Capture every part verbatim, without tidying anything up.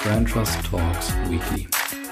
Brand Trust Talks Weekly.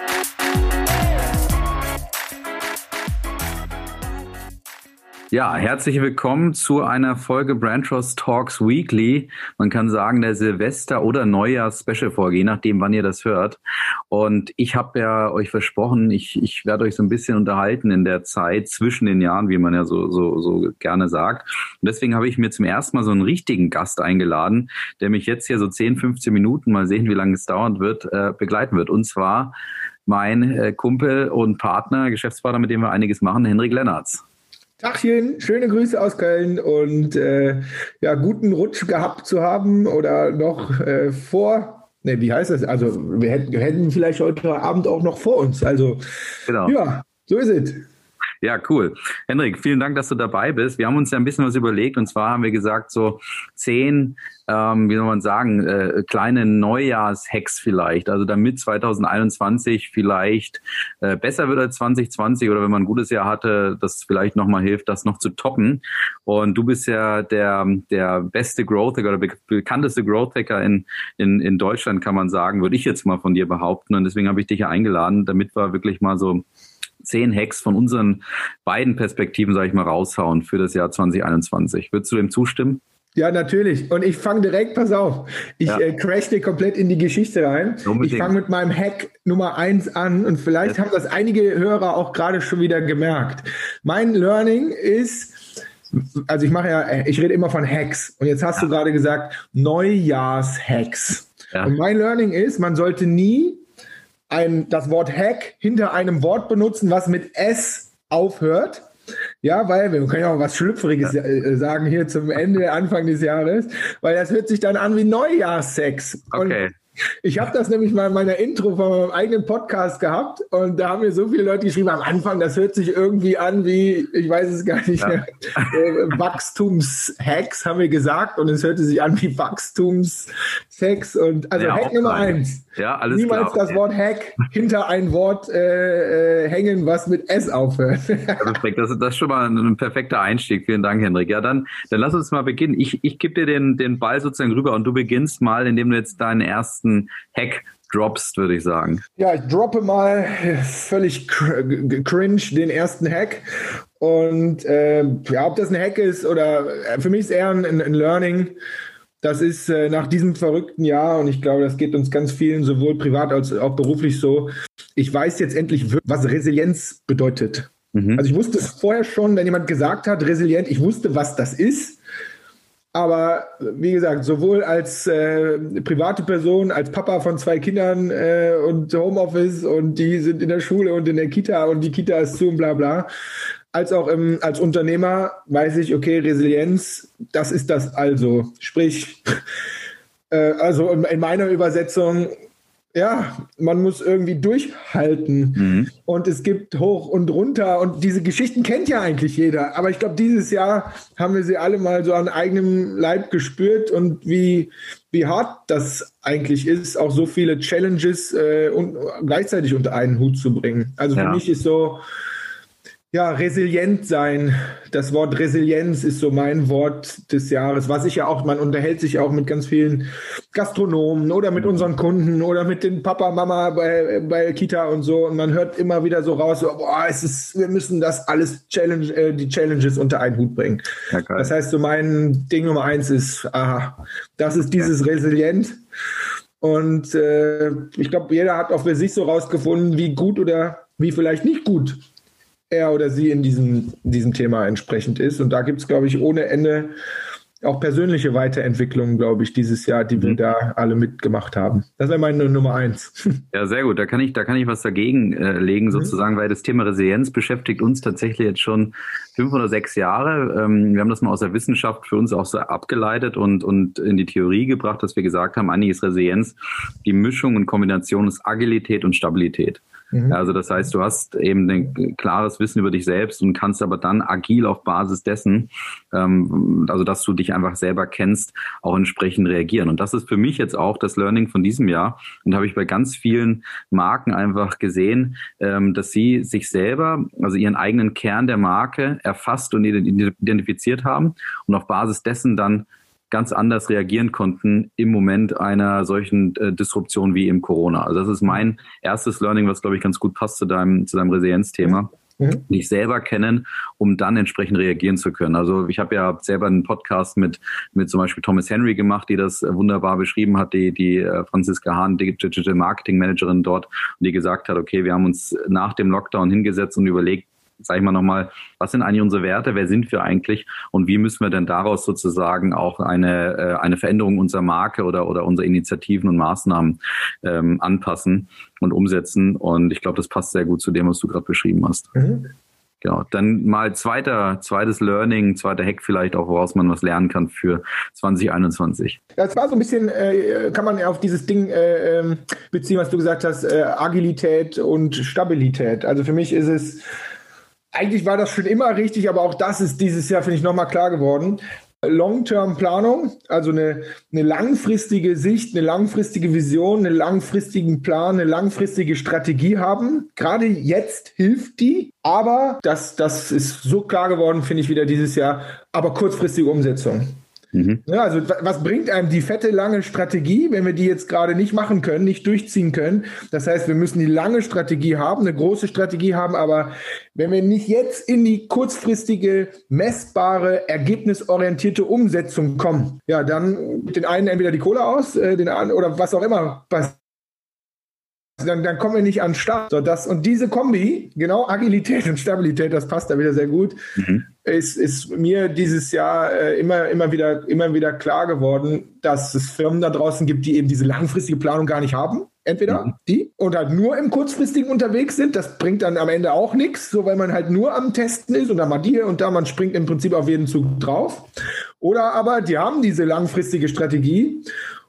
Ja, herzlich willkommen zu einer Folge Brand Trust Talks Weekly. Man kann sagen, der Silvester- oder Neujahrs-Special-Folge, je nachdem, wann ihr das hört. Und ich habe ja euch versprochen, ich, ich werde euch so ein bisschen unterhalten in der Zeit zwischen den Jahren, wie man ja so, so, so gerne sagt. Und deswegen habe ich mir zum ersten Mal so einen richtigen Gast eingeladen, der mich jetzt hier so zehn, fünfzehn Minuten, mal sehen, wie lange es dauern wird, äh, begleiten wird. Und zwar mein äh, Kumpel und Partner, Geschäftspartner, mit dem wir einiges machen, Henrik Lennertz. Tachchen, schöne Grüße aus Köln und äh, ja, guten Rutsch gehabt zu haben oder noch äh, vor, ne, wie heißt das? Also wir hätten, wir hätten vielleicht heute Abend auch noch vor uns. Also genau. Ja, so ist es. Ja, cool. Henrik, vielen Dank, dass du dabei bist. Wir haben uns ja ein bisschen was überlegt und zwar haben wir gesagt, so zehn, ähm, wie soll man sagen, äh, kleine Neujahrshacks vielleicht, also damit zwanzig einundzwanzig vielleicht äh, besser wird als zwanzig zwanzig oder wenn man ein gutes Jahr hatte, das vielleicht nochmal hilft, das noch zu toppen. Und du bist ja der der beste Growth Hacker oder be- bekannteste Growth Hacker in, in, in Deutschland, kann man sagen, würde ich jetzt mal von dir behaupten. Und deswegen habe ich dich ja eingeladen, damit wir wirklich mal so zehn Hacks von unseren beiden Perspektiven, sage ich mal, raushauen für das Jahr zwanzig einundzwanzig. Würdest du dem zustimmen? Ja, natürlich. Und ich fange direkt, pass auf, ich ja. äh, crash dir komplett in die Geschichte rein. Unbedingt. Ich fange mit meinem Hack Nummer eins an und vielleicht ja. haben das einige Hörer auch gerade schon wieder gemerkt. Mein Learning ist, also ich mache ja, ich rede immer von Hacks und jetzt hast ja. du gerade gesagt, Neujahrshacks. Ja. Und mein Learning ist, man sollte nie Ein, das Wort Hack hinter einem Wort benutzen, was mit S aufhört. Ja, weil wir können ja auch was Schlüpfriges ja. sagen hier zum Ende, Anfang des Jahres, weil das hört sich dann an wie Neujahrssex. Okay. Und ich habe das nämlich mal in meiner Intro von meinem eigenen Podcast gehabt und da haben mir so viele Leute geschrieben, am Anfang, das hört sich irgendwie an wie, ich weiß es gar nicht, ja. äh, Wachstumshacks haben wir gesagt und es hörte sich an wie Wachstumssex und also ja, Hack Nummer rein. eins. Ja, alles Niemals klar. das Wort Hack hinter ein Wort äh, äh, hängen, was mit S aufhört. Perfekt, das, das ist schon mal ein perfekter Einstieg. Vielen Dank, Henrik. Ja, dann, dann lass uns mal beginnen. Ich, ich gebe dir den, den Ball sozusagen rüber und du beginnst mal, indem du jetzt deinen ersten Hack droppst, würde ich sagen. Ja, ich droppe mal völlig cringe den ersten Hack. Und äh, ja, ob das ein Hack ist oder für mich ist eher ein, ein Learning. Das ist äh, nach diesem verrückten Jahr, und ich glaube, das geht uns ganz vielen, sowohl privat als auch beruflich so. Ich weiß jetzt endlich, was Resilienz bedeutet. Mhm. Also ich wusste es vorher schon, wenn jemand gesagt hat, resilient, ich wusste, was das ist. Aber wie gesagt, sowohl als äh, private Person, als Papa von zwei Kindern äh, und Homeoffice und die sind in der Schule und in der Kita und die Kita ist zu und bla bla, als auch im, als Unternehmer weiß ich, okay, Resilienz, das ist das also. Sprich, äh, also in, in meiner Übersetzung, ja, man muss irgendwie durchhalten mhm. und es gibt hoch und runter und diese Geschichten kennt ja eigentlich jeder, aber ich glaube, dieses Jahr haben wir sie alle mal so an eigenem Leib gespürt und wie, wie hart das eigentlich ist, auch so viele Challenges äh, und gleichzeitig unter einen Hut zu bringen. Also für ja. mich ist so, ja, resilient sein. Das Wort Resilienz ist so mein Wort des Jahres, was ich ja auch, man unterhält sich auch mit ganz vielen Gastronomen oder mit unseren Kunden oder mit den Papa, Mama bei, bei Kita und so und man hört immer wieder so raus, so, boah, es ist, wir müssen das alles Challenge, äh, die Challenges unter einen Hut bringen. Ja, das heißt, so mein Ding Nummer eins ist, aha, das ist dieses ja. Resilient und äh, ich glaube, jeder hat auch für sich so rausgefunden, wie gut oder wie vielleicht nicht gut er oder sie in diesem, diesem Thema entsprechend ist. Und da gibt es, glaube ich, ohne Ende auch persönliche Weiterentwicklungen, glaube ich, dieses Jahr, die wir mhm. da alle mitgemacht haben. Das wäre meine Nummer eins. Ja, sehr gut. Da kann ich, da kann ich was dagegen äh, legen, mhm. sozusagen, weil das Thema Resilienz beschäftigt uns tatsächlich jetzt schon fünf oder sechs Jahre. Ähm, wir haben das mal aus der Wissenschaft für uns auch so abgeleitet und, und in die Theorie gebracht, dass wir gesagt haben, eigentlich ist Resilienz die Mischung und Kombination ist Agilität und Stabilität. Mhm. Also das heißt, du hast eben ein klares Wissen über dich selbst und kannst aber dann agil auf Basis dessen, ähm, also dass du dich einfach selber kennst, auch entsprechend reagieren. Und das ist für mich jetzt auch das Learning von diesem Jahr. Und da habe ich bei ganz vielen Marken einfach gesehen, ähm, dass sie sich selber, also ihren eigenen Kern der Marke erfasst und identifiziert haben und auf Basis dessen dann ganz anders reagieren konnten im Moment einer solchen äh, Disruption wie im Corona. Also das ist mein erstes Learning, was, glaube ich, ganz gut passt zu deinem, zu deinem Resilienzthema. Mhm. Dich selber kennen, um dann entsprechend reagieren zu können. Also ich habe ja selber einen Podcast mit mit zum Beispiel Thomas Henry gemacht, die das wunderbar beschrieben hat, die die Franziska Hahn, die Digital Marketing Managerin dort, und die gesagt hat, okay, wir haben uns nach dem Lockdown hingesetzt und überlegt, sag ich mal nochmal, was sind eigentlich unsere Werte, wer sind wir eigentlich und wie müssen wir denn daraus sozusagen auch eine eine Veränderung unserer Marke oder oder unserer Initiativen und Maßnahmen ähm, anpassen und umsetzen. Und ich glaube, das passt sehr gut zu dem, was du gerade beschrieben hast. Mhm. Genau. Dann mal zweiter, zweites Learning, zweiter Hack vielleicht auch, woraus man was lernen kann für zwanzig einundzwanzig. Das war so ein bisschen, äh, kann man auf dieses Ding äh, beziehen, was du gesagt hast, äh, Agilität und Stabilität. Also für mich ist es, eigentlich war das schon immer richtig, aber auch das ist dieses Jahr, finde ich, nochmal klar geworden. Long-Term-Planung, also eine, eine langfristige Sicht, eine langfristige Vision, einen langfristigen Plan, eine langfristige Strategie haben. Gerade jetzt hilft die, aber das, das ist so klar geworden, finde ich wieder dieses Jahr, aber kurzfristige Umsetzung. Mhm. Ja, also was bringt einem die fette, lange Strategie, wenn wir die jetzt gerade nicht machen können, nicht durchziehen können? Das heißt, wir müssen die lange Strategie haben, eine große Strategie haben, aber wenn wir nicht jetzt in die kurzfristige, messbare, ergebnisorientierte Umsetzung kommen, ja, dann den einen entweder die Kohle aus, äh, den anderen oder was auch immer passiert. Dann, dann kommen wir nicht an den Start. So, das, und diese Kombi, genau, Agilität und Stabilität, das passt da wieder sehr gut, mhm. ist, ist mir dieses Jahr äh, immer, immer, wieder, immer wieder klar geworden, dass es Firmen da draußen gibt, die eben diese langfristige Planung gar nicht haben. Entweder mhm. die und halt nur im Kurzfristigen unterwegs sind. Das bringt dann am Ende auch nichts, so weil man halt nur am Testen ist und dann mal hier und da, man springt im Prinzip auf jeden Zug drauf. Oder aber die haben diese langfristige Strategie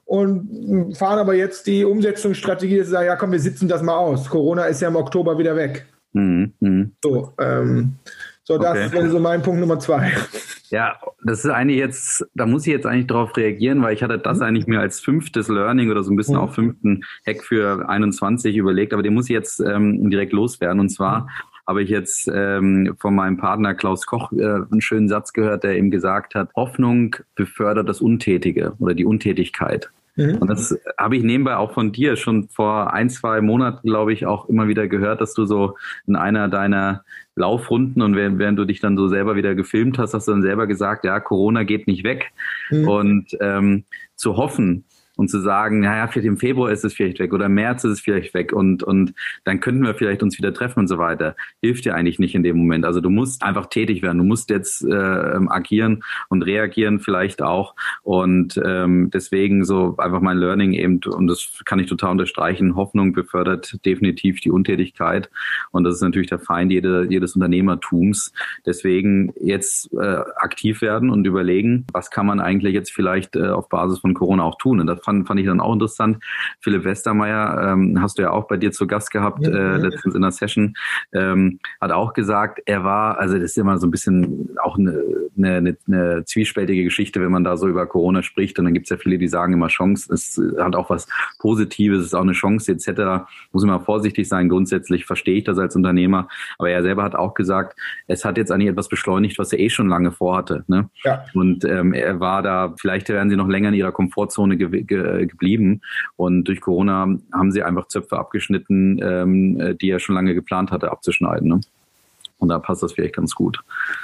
und fahren aber jetzt die Umsetzungsstrategie, dass sie sagen, ja komm, wir sitzen das mal aus. Corona ist ja im Oktober wieder weg. Mhm. So, ähm, so das okay. wäre so mein Punkt Nummer zwei. Ja, das ist eigentlich jetzt, da muss ich jetzt eigentlich drauf reagieren, weil ich hatte das mhm. eigentlich mir als fünftes Learning oder so ein bisschen mhm. auch fünften Hack für einundzwanzig überlegt, aber den muss ich jetzt ähm, direkt loswerden. Und zwar mhm. habe ich jetzt ähm, von meinem Partner Klaus Koch äh, einen schönen Satz gehört, der eben gesagt hat, Hoffnung befördert das Untätige oder die Untätigkeit. Mhm. Und das habe ich nebenbei auch von dir schon vor ein, zwei Monaten, glaube ich, auch immer wieder gehört, dass du so in einer deiner Laufrunden und während, während du dich dann so selber wieder gefilmt hast, hast du dann selber gesagt, ja, Corona geht nicht weg. Mhm. Und ähm, zu hoffen und zu sagen, naja, vielleicht im Februar ist es vielleicht weg oder im März ist es vielleicht weg und und dann könnten wir vielleicht uns wieder treffen und so weiter. Hilft dir eigentlich nicht in dem Moment. Also du musst einfach tätig werden. Du musst jetzt äh, agieren und reagieren vielleicht auch. Und ähm, deswegen so einfach mein Learning eben, und das kann ich total unterstreichen, Hoffnung befördert definitiv die Untätigkeit. Und das ist natürlich der Feind jede, jedes Unternehmertums. Deswegen jetzt äh, aktiv werden und überlegen, was kann man eigentlich jetzt vielleicht äh, auf Basis von Corona auch tun. Und das fand, fand ich dann auch interessant. Philipp Westermeier, ähm, hast du ja auch bei dir zu Gast gehabt, äh, letztens in der Session, ähm, hat auch gesagt, er war, also das ist immer so ein bisschen auch eine, eine, eine zwiespältige Geschichte, wenn man da so über Corona spricht. Und dann gibt es ja viele, die sagen immer Chance, es hat auch was Positives, es ist auch eine Chance et cetera. Muss immer vorsichtig sein. Grundsätzlich verstehe ich das als Unternehmer. Aber er selber hat auch gesagt, es hat jetzt eigentlich etwas beschleunigt, was er eh schon lange vorhatte. Ne? Ja. Und ähm, er war da, vielleicht wären sie noch länger in ihrer Komfortzone ge- ge- geblieben. Und durch Corona haben sie einfach Zöpfe abgeschnitten, ähm, die er schon lange geplant hatte abzuschneiden. Ne? Und da passt das vielleicht ganz gut.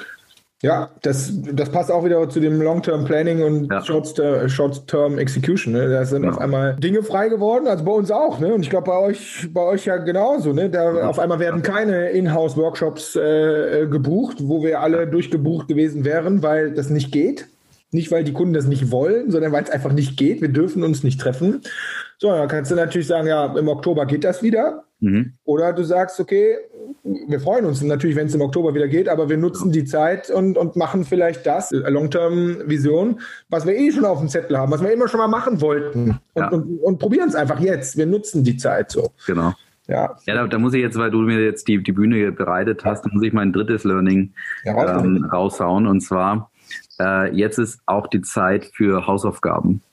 Ja, das, das passt auch wieder zu dem Long-Term Planning und ja. Short-Term Short Execution. Ne? Da sind ja. auf einmal Dinge frei geworden, also bei uns auch. Ne? Und ich glaube, bei euch, bei euch ja genauso. Ne? Da ja. auf einmal werden keine Inhouse-Workshops äh, gebucht, wo wir alle durchgebucht gewesen wären, weil das nicht geht. Nicht, weil die Kunden das nicht wollen, sondern weil es einfach nicht geht. Wir dürfen uns nicht treffen. So, dann kannst du natürlich sagen, ja, im Oktober geht das wieder. Mhm. Oder du sagst, okay, wir freuen uns natürlich, wenn es im Oktober wieder geht, aber wir nutzen die Zeit und, und machen vielleicht das, Long-Term-Vision, was wir eh schon auf dem Zettel haben, was wir immer schon mal machen wollten. Und, ja. und, und probieren es einfach jetzt. Wir nutzen die Zeit so. Genau. Ja, ja da, da muss ich jetzt, weil du mir jetzt die, die Bühne bereitet hast, da muss ich mein drittes Learning ja, ähm, raushauen. Und zwar, äh, jetzt ist auch die Zeit für Hausaufgaben.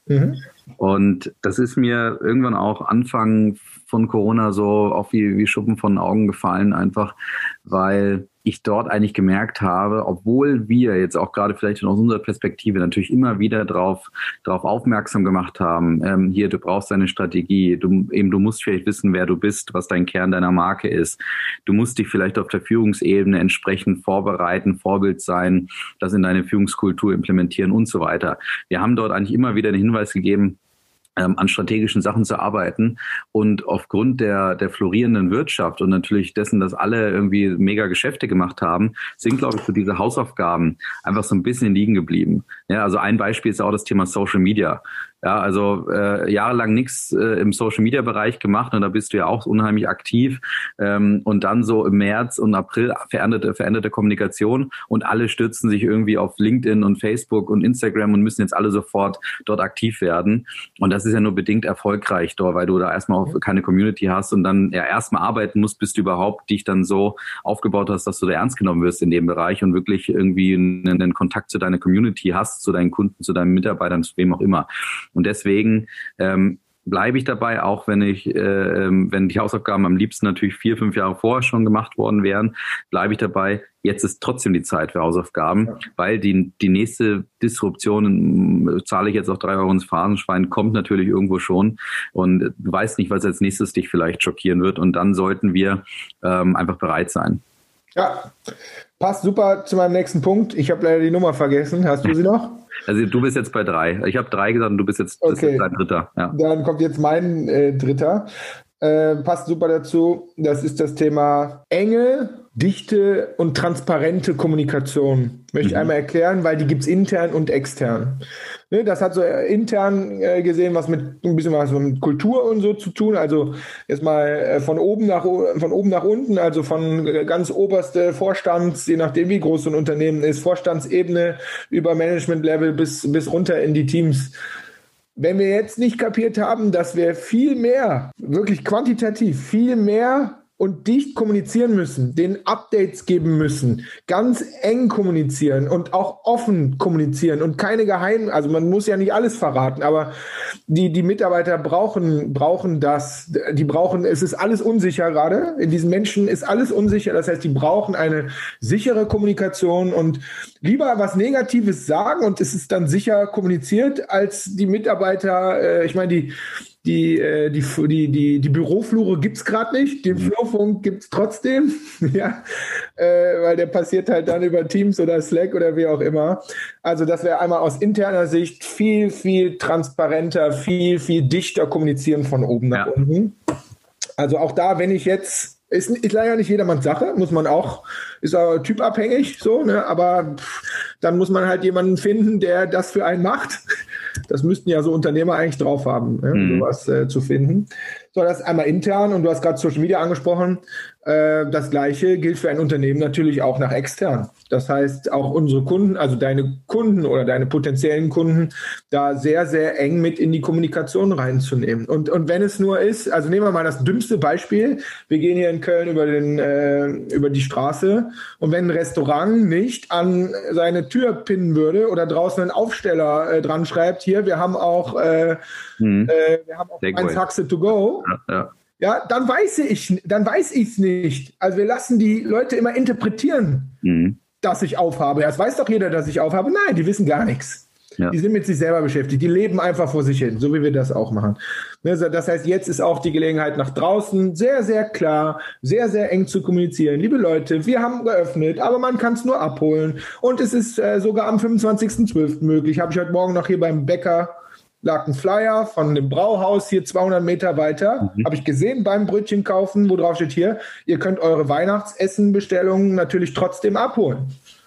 Mhm. Und das ist mir irgendwann auch Anfang von Corona so auch wie, wie Schuppen von den Augen gefallen, einfach weil ich dort eigentlich gemerkt habe, obwohl wir jetzt auch gerade vielleicht aus unserer Perspektive natürlich immer wieder drauf, drauf aufmerksam gemacht haben, ähm, hier, du brauchst eine Strategie, du, eben, du musst vielleicht wissen, wer du bist, was dein Kern deiner Marke ist. Du musst dich vielleicht auf der Führungsebene entsprechend vorbereiten, Vorbild sein, das in deine Führungskultur implementieren und so weiter. Wir haben dort eigentlich immer wieder den Hinweis gegeben, Ähm, an strategischen Sachen zu arbeiten. Und aufgrund der, der florierenden Wirtschaft und natürlich dessen, dass alle irgendwie mega Geschäfte gemacht haben, sind, glaube ich, so diese Hausaufgaben einfach so ein bisschen liegen geblieben. Ja, also ein Beispiel ist auch das Thema Social Media. Ja, also äh, jahrelang nichts äh, im Social-Media-Bereich gemacht und da bist du ja auch unheimlich aktiv ähm, und dann so im März und April veränderte, veränderte Kommunikation und alle stürzen sich irgendwie auf LinkedIn und Facebook und Instagram und müssen jetzt alle sofort dort aktiv werden und das ist ja nur bedingt erfolgreich dort, weil du da erstmal auch keine Community hast und dann ja erstmal arbeiten musst, bis du überhaupt dich dann so aufgebaut hast, dass du da ernst genommen wirst in dem Bereich und wirklich irgendwie einen, einen Kontakt zu deiner Community hast, zu deinen Kunden, zu deinen Mitarbeitern, zu wem auch immer. Und deswegen ähm, bleibe ich dabei, auch wenn ich, äh, wenn die Hausaufgaben am liebsten natürlich vier, fünf Jahre vorher schon gemacht worden wären, bleibe ich dabei, jetzt ist trotzdem die Zeit für Hausaufgaben, ja. weil die, die nächste Disruption, zahle ich jetzt auch drei Euro ins Phrasenschwein, kommt natürlich irgendwo schon und du weißt nicht, was als nächstes dich vielleicht schockieren wird und dann sollten wir ähm, einfach bereit sein. Ja, passt super zu meinem nächsten Punkt. Ich habe leider die Nummer vergessen. Hast du sie noch? Also du bist jetzt bei drei. Ich habe drei gesagt und du bist jetzt, okay. Das ist dein dritter. Ja. Dann kommt jetzt mein äh, dritter. Äh, passt super dazu. Das ist das Thema enge, dichte und transparente Kommunikation. Möchte ich mhm. einmal erklären, weil die gibt es intern und extern. Ne, das hat so intern äh, gesehen was mit ein bisschen was mit Kultur und so zu tun. Also erstmal äh, von oben nach von oben nach unten, also von äh, ganz oberste Vorstands, je nachdem wie groß so ein Unternehmen ist, Vorstandsebene über Management-Level bis bis runter in die Teams. Wenn wir jetzt nicht kapiert haben, dass wir viel mehr, wirklich quantitativ, viel mehr und dicht kommunizieren müssen, den Updates geben müssen, ganz eng kommunizieren und auch offen kommunizieren und keine geheimen, also man muss ja nicht alles verraten, aber die, die Mitarbeiter brauchen, brauchen das, die brauchen, es ist alles unsicher gerade, in diesen Menschen ist alles unsicher, das heißt, die brauchen eine sichere Kommunikation und lieber was Negatives sagen und es ist dann sicher kommuniziert, als die Mitarbeiter, äh, ich meine, die Die, äh, die, die, die, die Büroflure gibt's gerade nicht, den Flurfunk gibt's trotzdem, ja, äh, weil der passiert halt dann über Teams oder Slack oder wie auch immer. Also das wäre einmal aus interner Sicht viel, viel transparenter, viel, viel dichter kommunizieren von oben nach ja. unten. Also auch da, wenn ich jetzt, ist, ist leider nicht jedermanns Sache, muss man auch, ist auch typabhängig, so, ne, aber pff, dann muss man halt jemanden finden, der das für einen macht. Das müssten ja so Unternehmer eigentlich drauf haben, ne, mhm. sowas äh, zu finden. So, das ist einmal intern und du hast gerade Social Media angesprochen. Äh, das Gleiche gilt für ein Unternehmen natürlich auch nach extern. Das heißt, auch unsere Kunden, also deine Kunden oder deine potenziellen Kunden, da sehr, sehr eng mit in die Kommunikation reinzunehmen. Und, und wenn es nur ist, also nehmen wir mal das dümmste Beispiel. Wir gehen hier in Köln über, den, äh, über die Straße und wenn ein Restaurant nicht an seine Tür pinnen würde oder draußen einen Aufsteller äh, dran schreibt, hier, wir haben auch, äh, mhm. äh, wir haben auch ein Taxe to go. Ja, ja. Ja, dann weiß ich, dann weiß ich es nicht. Also wir lassen die Leute immer interpretieren, mhm. dass ich aufhabe. Das weiß doch jeder, dass ich aufhabe. Nein, die wissen gar nichts. Ja. Die sind mit sich selber beschäftigt. Die leben einfach vor sich hin, so wie wir das auch machen. Das heißt, jetzt ist auch die Gelegenheit nach draußen sehr, sehr klar, sehr, sehr eng zu kommunizieren. Liebe Leute, wir haben geöffnet, aber man kann es nur abholen. Und es ist äh, sogar am fünfundzwanzigsten zwölften möglich. Habe ich heute Morgen noch hier beim Bäcker lag ein Flyer von dem Brauhaus hier zweihundert Meter weiter. Mhm. Habe ich gesehen beim Brötchen kaufen, wo drauf steht hier, ihr könnt eure Weihnachtsessenbestellungen natürlich trotzdem abholen.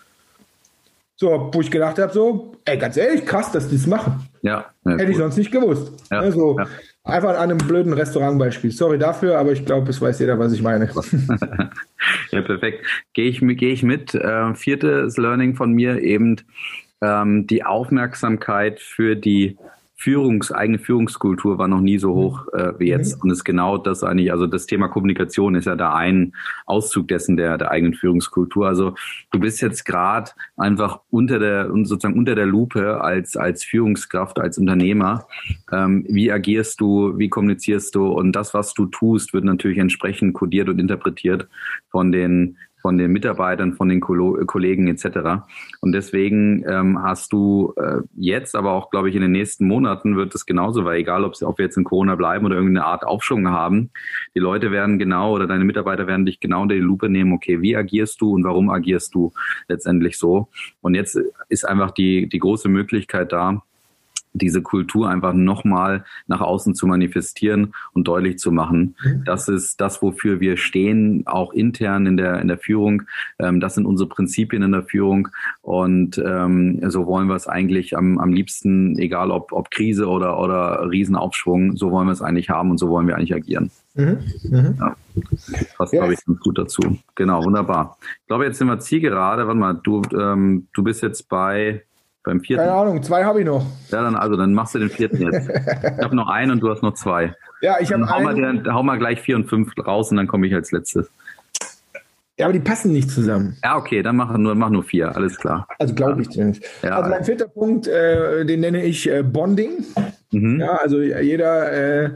So, wo ich gedacht habe, so, ey, ganz ehrlich, krass, dass die das machen. Ja. ja Hätte cool. ich sonst nicht gewusst. Ja, also, ja. Einfach an einem blöden Restaurantbeispiel. Sorry dafür, aber ich glaube, es weiß jeder, was ich meine. Ja, perfekt. Gehe ich, geh ich mit. Äh, viertes Learning von mir eben ähm, die Aufmerksamkeit für die Führungs, eigene Führungskultur war noch nie so hoch äh, wie jetzt. Und es ist genau das eigentlich, also das Thema Kommunikation ist ja da ein Auszug dessen der, der eigenen Führungskultur. Also du bist jetzt gerade einfach unter der, sozusagen unter der Lupe als, als Führungskraft, als Unternehmer. Ähm, wie agierst du, wie kommunizierst du? Und das, was du tust, wird natürlich entsprechend kodiert und interpretiert von den von den Mitarbeitern, von den Kollegen et cetera. Und deswegen ähm, hast du äh, jetzt, aber auch, glaube ich, in den nächsten Monaten wird es genauso, weil egal, ob wir jetzt in Corona bleiben oder irgendeine Art Aufschwung haben, die Leute werden genau oder deine Mitarbeiter werden dich genau unter die Lupe nehmen, okay, wie agierst du und warum agierst du letztendlich so? Und jetzt ist einfach die, die große Möglichkeit da, diese Kultur einfach nochmal nach außen zu manifestieren und deutlich zu machen. Das ist das, wofür wir stehen, auch intern in der in der Führung. Ähm, das sind unsere Prinzipien in der Führung und ähm, so wollen wir es eigentlich am, am liebsten, egal ob, ob Krise oder, oder Riesenaufschwung, so wollen wir es eigentlich haben und so wollen wir eigentlich agieren. Mhm. Mhm. Ja. Passt, yes. glaube ich, ganz gut dazu. Genau, wunderbar. Ich glaube, jetzt sind wir Zielgerade. Warte mal, du, ähm, du bist jetzt bei Beim vierten. Keine Ahnung, zwei habe ich noch. Ja, dann also, dann machst du den vierten jetzt. Ich habe noch einen und du hast noch zwei. Ja, ich habe einen. Hau mal, hau mal gleich vier und fünf raus und dann komme ich als letztes. Ja, aber die passen nicht zusammen. Ja, okay, dann mach nur, mach nur vier, alles klar. Also glaube ich nicht. Ja. Also mein vierter Punkt, äh, den nenne ich äh, Bonding. Mhm. Ja, also jeder, äh,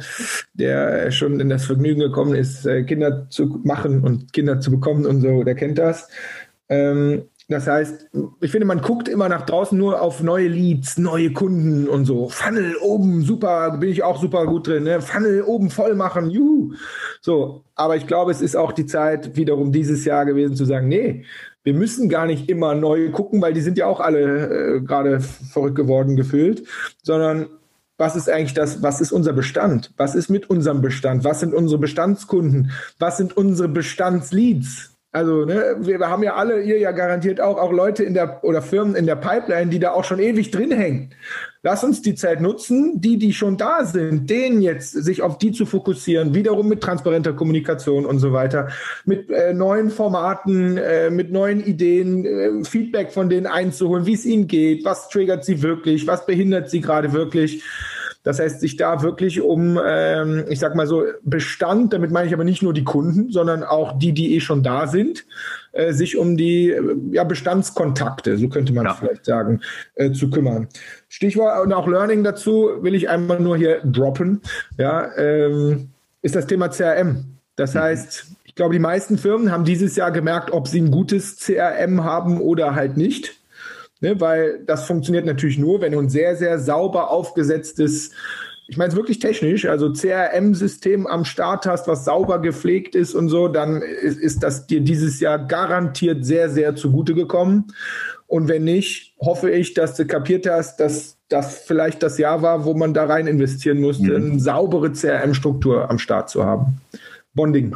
der schon in das Vergnügen gekommen ist, äh, Kinder zu machen und Kinder zu bekommen und so, der kennt das. Ähm, Das heißt, ich finde, man guckt immer nach draußen nur auf neue Leads, neue Kunden und so. Funnel oben, super, bin ich auch super gut drin. Ne? Funnel oben voll machen, juhu. So, aber ich glaube, es ist auch die Zeit wiederum dieses Jahr gewesen zu sagen, nee, wir müssen gar nicht immer neu gucken, weil die sind ja auch alle äh, gerade verrückt geworden gefühlt, sondern was ist eigentlich das, was ist unser Bestand? Was ist mit unserem Bestand? Was sind unsere Bestandskunden? Was sind unsere Bestandsleads? Also, ne, wir haben ja alle, ihr ja garantiert auch, auch Leute in der oder Firmen in der Pipeline, die da auch schon ewig drin hängen. Lass uns die Zeit nutzen, die, die schon da sind, denen jetzt sich auf die zu fokussieren, wiederum mit transparenter Kommunikation und so weiter, mit äh, neuen Formaten, äh, mit neuen Ideen, äh, Feedback von denen einzuholen, wie es ihnen geht, was triggert sie wirklich, was behindert sie gerade wirklich. Das heißt, sich da wirklich um, ähm, ich sag mal so, Bestand, damit meine ich aber nicht nur die Kunden, sondern auch die, die eh schon da sind, äh, sich um die äh, ja, Bestandskontakte, so könnte man ja. vielleicht sagen, äh, zu kümmern. Stichwort und auch Learning dazu will ich einmal nur hier droppen, ja, ähm, ist das Thema C R M. Das heißt, ich glaube, die meisten Firmen haben dieses Jahr gemerkt, ob sie ein gutes C R M haben oder halt nicht. Ne, weil das funktioniert natürlich nur, wenn du ein sehr, sehr sauber aufgesetztes, ich meine es wirklich technisch, also C R M-System am Start hast, was sauber gepflegt ist und so, dann ist, ist das dir dieses Jahr garantiert sehr, sehr zugute gekommen. Und wenn nicht, hoffe ich, dass du kapiert hast, dass das vielleicht das Jahr war, wo man da rein investieren musste, mhm. eine saubere C R M-Struktur am Start zu haben. Bonding.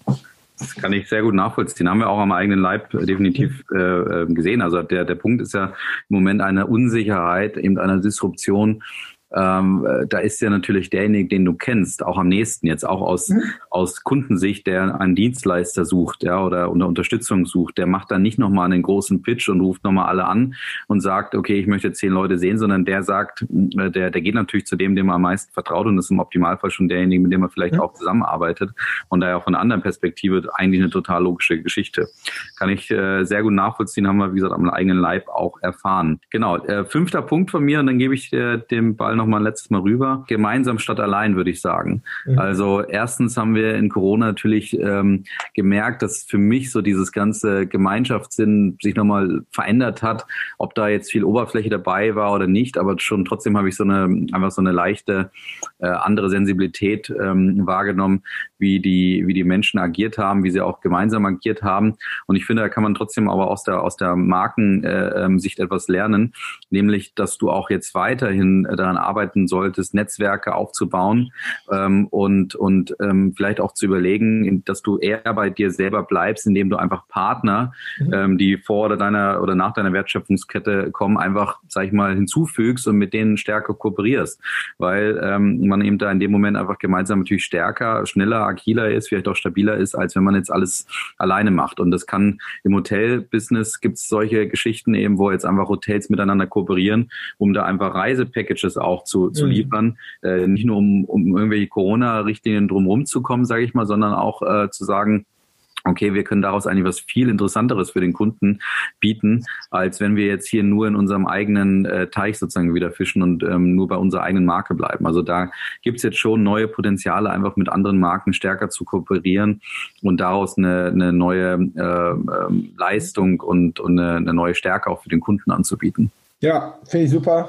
Das kann ich sehr gut nachvollziehen. Haben wir auch am eigenen Leib definitiv äh, gesehen. Also der, der Punkt ist ja im Moment eine Unsicherheit, eben eine Disruption. Ähm, da ist ja natürlich derjenige, den du kennst, auch am nächsten jetzt, auch aus, mhm. aus Kundensicht, der einen Dienstleister sucht, ja, oder unter Unterstützung sucht, der macht dann nicht nochmal einen großen Pitch und ruft nochmal alle an und sagt, okay, ich möchte zehn Leute sehen, sondern der sagt, der, der geht natürlich zu dem, dem er am meisten vertraut und das ist im Optimalfall schon derjenige, mit dem er vielleicht mhm. auch zusammenarbeitet und daher auch von einer anderen Perspektive eigentlich eine total logische Geschichte. Kann ich äh, sehr gut nachvollziehen, haben wir, wie gesagt, am eigenen Leib auch erfahren. Genau, äh, fünfter Punkt von mir und dann gebe ich äh, dem Ball noch mal ein letztes Mal rüber. Gemeinsam statt allein, würde ich sagen. Mhm. Also erstens haben wir in Corona natürlich ähm, gemerkt, dass für mich so dieses ganze Gemeinschaftssinn sich nochmal verändert hat. Ob da jetzt viel Oberfläche dabei war oder nicht, aber schon trotzdem habe ich so eine einfach so eine leichte äh, andere Sensibilität ähm, wahrgenommen, wie die wie die Menschen agiert haben, wie sie auch gemeinsam agiert haben. Und ich finde, da kann man trotzdem aber aus der aus der Markensicht äh, etwas lernen, nämlich, dass du auch jetzt weiterhin äh, daran arbeiten solltest, Netzwerke aufzubauen ähm, und und ähm, vielleicht auch zu überlegen, dass du eher bei dir selber bleibst, indem du einfach Partner, mhm. ähm, die vor oder deiner oder nach deiner Wertschöpfungskette kommen, einfach, sag ich mal, hinzufügst und mit denen stärker kooperierst, weil ähm, man eben da in dem Moment einfach gemeinsam natürlich stärker, schneller schneller, agiler ist, vielleicht auch stabiler ist, als wenn man jetzt alles alleine macht. Und das kann im Hotel-Business, gibt es solche Geschichten eben, wo jetzt einfach Hotels miteinander kooperieren, um da einfach Reisepackages auch zu, zu liefern. Mhm. Äh, nicht nur um, um irgendwelche Corona-Richtlinien drumherum zu kommen, sage ich mal, sondern auch äh, zu sagen, okay, wir können daraus eigentlich was viel Interessanteres für den Kunden bieten, als wenn wir jetzt hier nur in unserem eigenen äh, Teich sozusagen wieder fischen und ähm, nur bei unserer eigenen Marke bleiben. Also da gibt's jetzt schon neue Potenziale, einfach mit anderen Marken stärker zu kooperieren und daraus eine, eine neue äh, äh, Leistung und, und eine, eine neue Stärke auch für den Kunden anzubieten. Ja, finde ich super.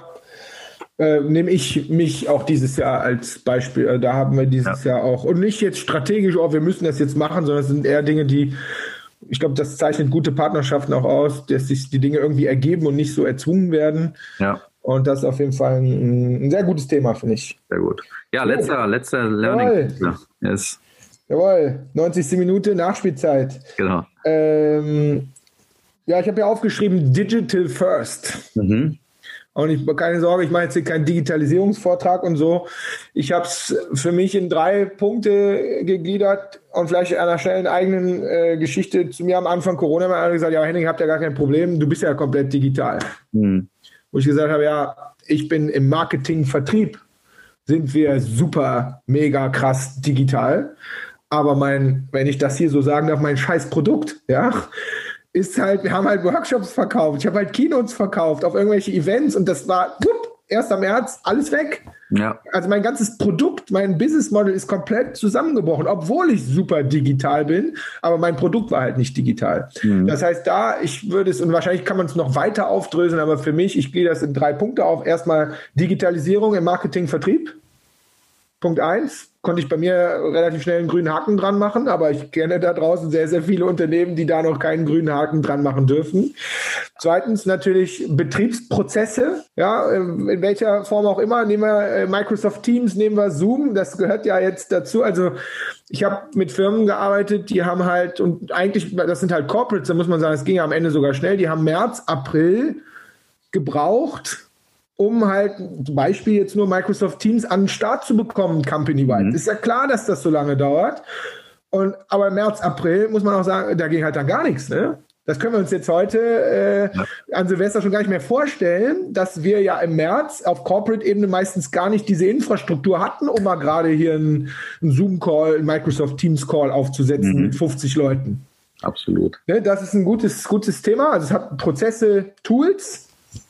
Äh, nehme ich mich auch dieses Jahr als Beispiel. Äh, da haben wir dieses ja. Jahr auch, und nicht jetzt strategisch, oh, wir müssen das jetzt machen, sondern es sind eher Dinge, die, ich glaube, das zeichnet gute Partnerschaften auch aus, dass sich die Dinge irgendwie ergeben und nicht so erzwungen werden. Ja. Und das ist auf jeden Fall ein, ein sehr gutes Thema, finde ich. Sehr gut. Ja, letzter, oh. letzter Learning. Jawohl. Ja. Yes. Jawohl, neunzigste Minute Nachspielzeit. Genau. Ähm, ja, ich habe ja aufgeschrieben, Digital First. Mhm. Und ich keine Sorge, ich mache jetzt hier keinen Digitalisierungsvortrag und so. Ich habe es für mich in drei Punkte gegliedert und vielleicht an einer schnellen eigenen äh, Geschichte. Zu mir am Anfang Corona haben alle gesagt, ja Henning, habt ja gar kein Problem, du bist ja komplett digital. Mhm. Wo ich gesagt habe, ja, ich bin im Marketing, Vertrieb, sind wir super, mega krass digital. Aber mein, wenn ich das hier so sagen darf, mein scheiß Produkt, ja, ist halt, wir haben halt Workshops verkauft, ich habe halt Keynotes verkauft auf irgendwelche Events und das war wupp, erst am März alles weg. Ja. Also mein ganzes Produkt, mein Business Model ist komplett zusammengebrochen, obwohl ich super digital bin, aber mein Produkt war halt nicht digital. Mhm. Das heißt, da, ich würde es, und wahrscheinlich kann man es noch weiter aufdröseln, aber für mich, ich gehe das in drei Punkte auf. Erstmal Digitalisierung im Marketing, Vertrieb. Punkt eins, konnte ich bei mir relativ schnell einen grünen Haken dran machen, aber ich kenne da draußen sehr, sehr viele Unternehmen, die da noch keinen grünen Haken dran machen dürfen. Zweitens natürlich Betriebsprozesse, ja, in welcher Form auch immer. Nehmen wir Microsoft Teams, nehmen wir Zoom, das gehört ja jetzt dazu. Also ich habe mit Firmen gearbeitet, die haben halt, und eigentlich, das sind halt Corporates, da muss man sagen, es ging ja am Ende sogar schnell, die haben März, April gebraucht, um halt zum Beispiel jetzt nur Microsoft Teams an den Start zu bekommen, company-wide. Mhm. Ist ja klar, dass das so lange dauert. Und, aber März, April, muss man auch sagen, da ging halt dann gar nichts. Ne? Das können wir uns jetzt heute äh, ja. an Silvester schon gar nicht mehr vorstellen, dass wir ja im März auf Corporate-Ebene meistens gar nicht diese Infrastruktur hatten, um mal gerade hier einen, einen Zoom-Call, einen Microsoft Teams-Call aufzusetzen mhm. mit fünfzig Leuten. Absolut. Ne, das ist ein gutes, gutes Thema. Also es hat Prozesse, Tools,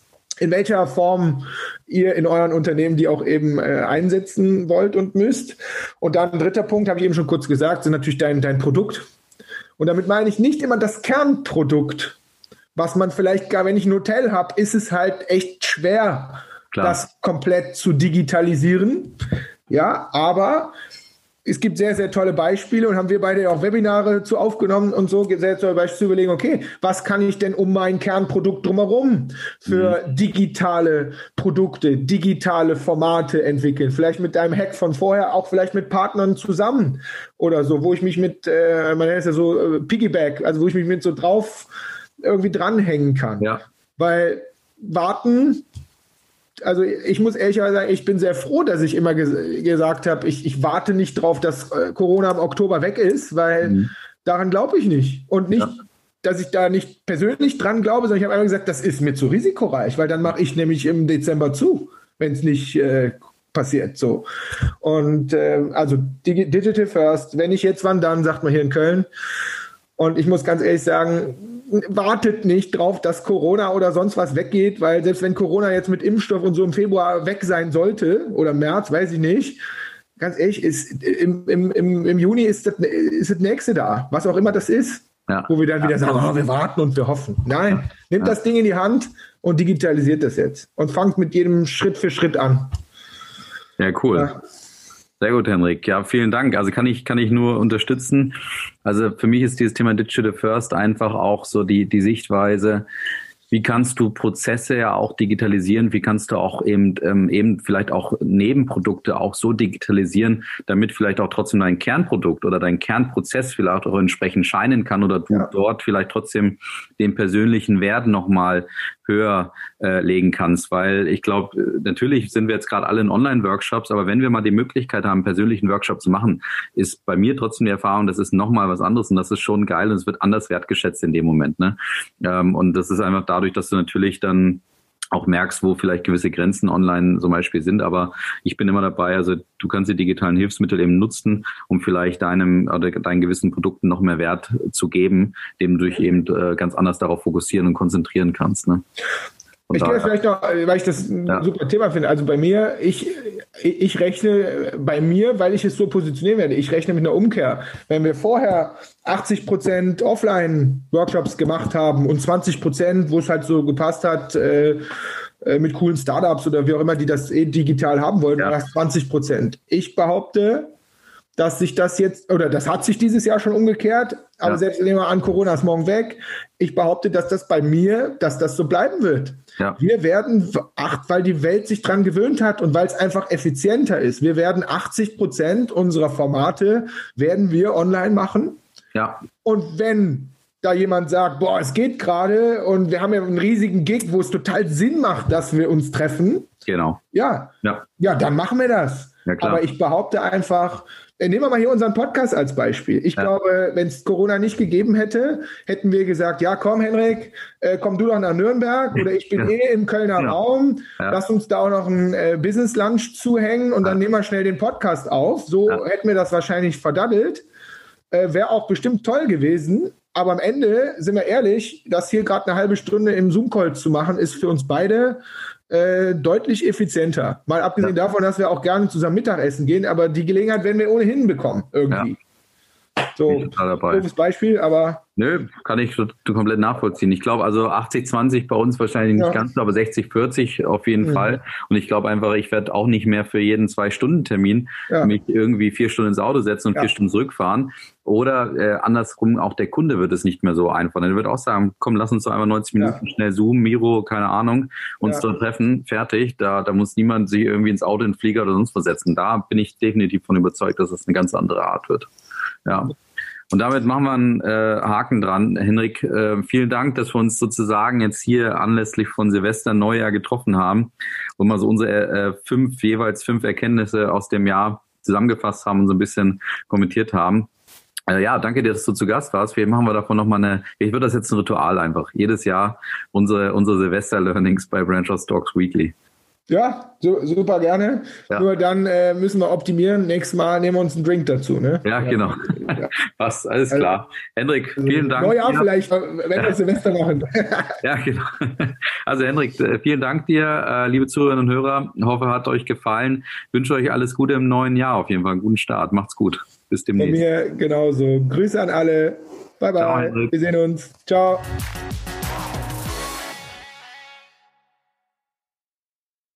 in welcher Form ihr in euren Unternehmen die auch eben äh, einsetzen wollt und müsst. Und dann ein dritter Punkt, habe ich eben schon kurz gesagt, sind natürlich dein, dein Produkt. Und damit meine ich nicht immer das Kernprodukt, was man vielleicht gar, wenn ich ein Hotel habe, ist es halt echt schwer, Klar. das komplett zu digitalisieren. Ja, aber es gibt sehr, sehr tolle Beispiele und haben wir beide auch Webinare zu aufgenommen und so, sehr tolle Beispiele zu überlegen, okay, was kann ich denn um mein Kernprodukt drumherum für mhm. digitale Produkte, digitale Formate entwickeln? Vielleicht mit deinem Hack von vorher, auch vielleicht mit Partnern zusammen oder so, wo ich mich mit, äh, man nennt es ja so äh, Piggyback, also wo ich mich mit so drauf irgendwie dranhängen kann. Ja. Weil warten... Also ich muss ehrlich sagen, ich bin sehr froh, dass ich immer ges- gesagt habe, ich, ich warte nicht drauf, dass äh, Corona im Oktober weg ist, weil mhm. daran glaube ich nicht. Und nicht, ja. dass ich da nicht persönlich dran glaube, sondern ich habe einfach gesagt, das ist mir zu risikoreich, weil dann mache ich nämlich im Dezember zu, wenn es nicht äh, passiert. So. Und äh, also Digi- Digital First, wenn nicht jetzt, wann dann, sagt man hier in Köln. Und ich muss ganz ehrlich sagen, wartet nicht drauf, dass Corona oder sonst was weggeht, weil selbst wenn Corona jetzt mit Impfstoff und so im Februar weg sein sollte oder März, weiß ich nicht, ganz ehrlich, ist, im, im, im, im Juni ist das, ist das nächste da, was auch immer das ist, ja. wo wir dann wieder ja. sagen, oh, wir warten und wir hoffen. Nein, ja. nehmt ja. das Ding in die Hand und digitalisiert das jetzt und fangt mit jedem Schritt für Schritt an. Ja, cool. Ja. Sehr gut, Henrik. Ja, vielen Dank. Also kann ich, kann ich nur unterstützen. Also für mich ist dieses Thema Digital First einfach auch so die, die Sichtweise, wie kannst du Prozesse ja auch digitalisieren, wie kannst du auch eben, ähm, eben vielleicht auch Nebenprodukte auch so digitalisieren, damit vielleicht auch trotzdem dein Kernprodukt oder dein Kernprozess vielleicht auch entsprechend scheinen kann oder du ja. dort vielleicht trotzdem den persönlichen Wert nochmal höher äh, legen kannst, weil ich glaube, natürlich sind wir jetzt gerade alle in Online-Workshops, aber wenn wir mal die Möglichkeit haben, persönlichen Workshop zu machen, ist bei mir trotzdem die Erfahrung, das ist nochmal was anderes und das ist schon geil und es wird anders wertgeschätzt in dem Moment, ne? Ähm, und das ist einfach dadurch, dass du natürlich dann auch merkst, wo vielleicht gewisse Grenzen online zum Beispiel sind, aber ich bin immer dabei, also du kannst die digitalen Hilfsmittel eben nutzen, um vielleicht deinem oder deinen gewissen Produkten noch mehr Wert zu geben, dem du dich eben äh, ganz anders darauf fokussieren und konzentrieren kannst, ne? Ich gehe vielleicht noch, weil ich das ein ja. super Thema finde. Also bei mir, ich, ich rechne bei mir, weil ich es so positionieren werde, ich rechne mit einer Umkehr. Wenn wir vorher achtzig Prozent Offline-Workshops gemacht haben und zwanzig Prozent, wo es halt so gepasst hat, äh, mit coolen Startups oder wie auch immer, die das eh digital haben wollen, ja. zwanzig Prozent. Ich behaupte, dass sich das jetzt, oder das hat sich dieses Jahr schon umgekehrt, aber ja. selbst nehmen wir an, Corona ist morgen weg. Ich behaupte, dass das bei mir, dass das so bleiben wird. Ja. Wir werden, ach, weil die Welt sich dran gewöhnt hat und weil es einfach effizienter ist, wir werden achtzig Prozent unserer Formate werden wir online machen. Ja. Und wenn da jemand sagt, boah, es geht gerade und wir haben ja einen riesigen Gig, wo es total Sinn macht, dass wir uns treffen. Genau. Ja. Ja, ja dann machen wir das. Ja, klar. Aber ich behaupte einfach, nehmen wir mal hier unseren Podcast als Beispiel. Ich ja. glaube, wenn es Corona nicht gegeben hätte, hätten wir gesagt, ja komm Henrik, äh, komm du doch nach Nürnberg oder ich bin ja. eh im Kölner ja. Raum, ja. lass uns da auch noch ein äh, Business Lunch zuhängen und ja. dann nehmen wir schnell den Podcast auf. So ja. hätten wir das wahrscheinlich verdaddelt. Äh, Wäre auch bestimmt toll gewesen. Aber am Ende, sind wir ehrlich, das hier gerade eine halbe Stunde im Zoom-Call zu machen, ist für uns beide Äh, deutlich effizienter. Mal abgesehen ja. davon, dass wir auch gerne zusammen Mittagessen gehen, aber die Gelegenheit werden wir ohnehin bekommen, irgendwie. Ja. So, doofes Beispiel, aber... Nö, kann ich komplett nachvollziehen. Ich glaube, also achtzig zwanzig bei uns wahrscheinlich nicht ja. ganz, aber sechzig vierzig auf jeden mhm. Fall. Und ich glaube einfach, ich werde auch nicht mehr für jeden Zwei-Stunden-Termin ja. mich irgendwie vier Stunden ins Auto setzen und ja. vier Stunden zurückfahren. Oder äh, andersrum, auch der Kunde wird es nicht mehr so einfach. Er wird auch sagen, komm, lass uns doch einmal neunzig Minuten ja. schnell Zoom, Miro, keine Ahnung, uns ja. dort treffen, fertig. Da, da muss niemand sich irgendwie ins Auto, in den Flieger oder sonst was setzen. Da bin ich definitiv von überzeugt, dass es eine ganz andere Art wird. Ja. Und damit machen wir einen äh, Haken dran. Henrik, äh, vielen Dank, dass wir uns sozusagen jetzt hier anlässlich von Silvester Neujahr getroffen haben und mal so unsere äh, fünf, jeweils fünf Erkenntnisse aus dem Jahr zusammengefasst haben und so ein bisschen kommentiert haben. Äh, ja, danke dir, dass du zu Gast warst. Wir machen wir davon nochmal eine, ich würde das jetzt ein Ritual einfach, jedes Jahr unsere, unsere Silvester-Learnings bei Branchers Talks Weekly. Ja, so, super gerne. Ja. Nur dann äh, müssen wir optimieren. Nächstes Mal nehmen wir uns einen Drink dazu. Ne? Ja, genau. Ja. Passt, alles also, klar. Henrik, vielen Dank. Neujahr ja. vielleicht, wenn wir ja. Silvester machen. Ja, genau. Also Henrik, vielen Dank dir, liebe Zuhörerinnen und Hörer. Ich hoffe, hat euch gefallen. Ich wünsche euch alles Gute im neuen Jahr. Auf jeden Fall einen guten Start. Macht's gut. Bis demnächst. Von mir genauso. Grüße an alle. Bye, bye. Ciao, wir sehen uns. Ciao.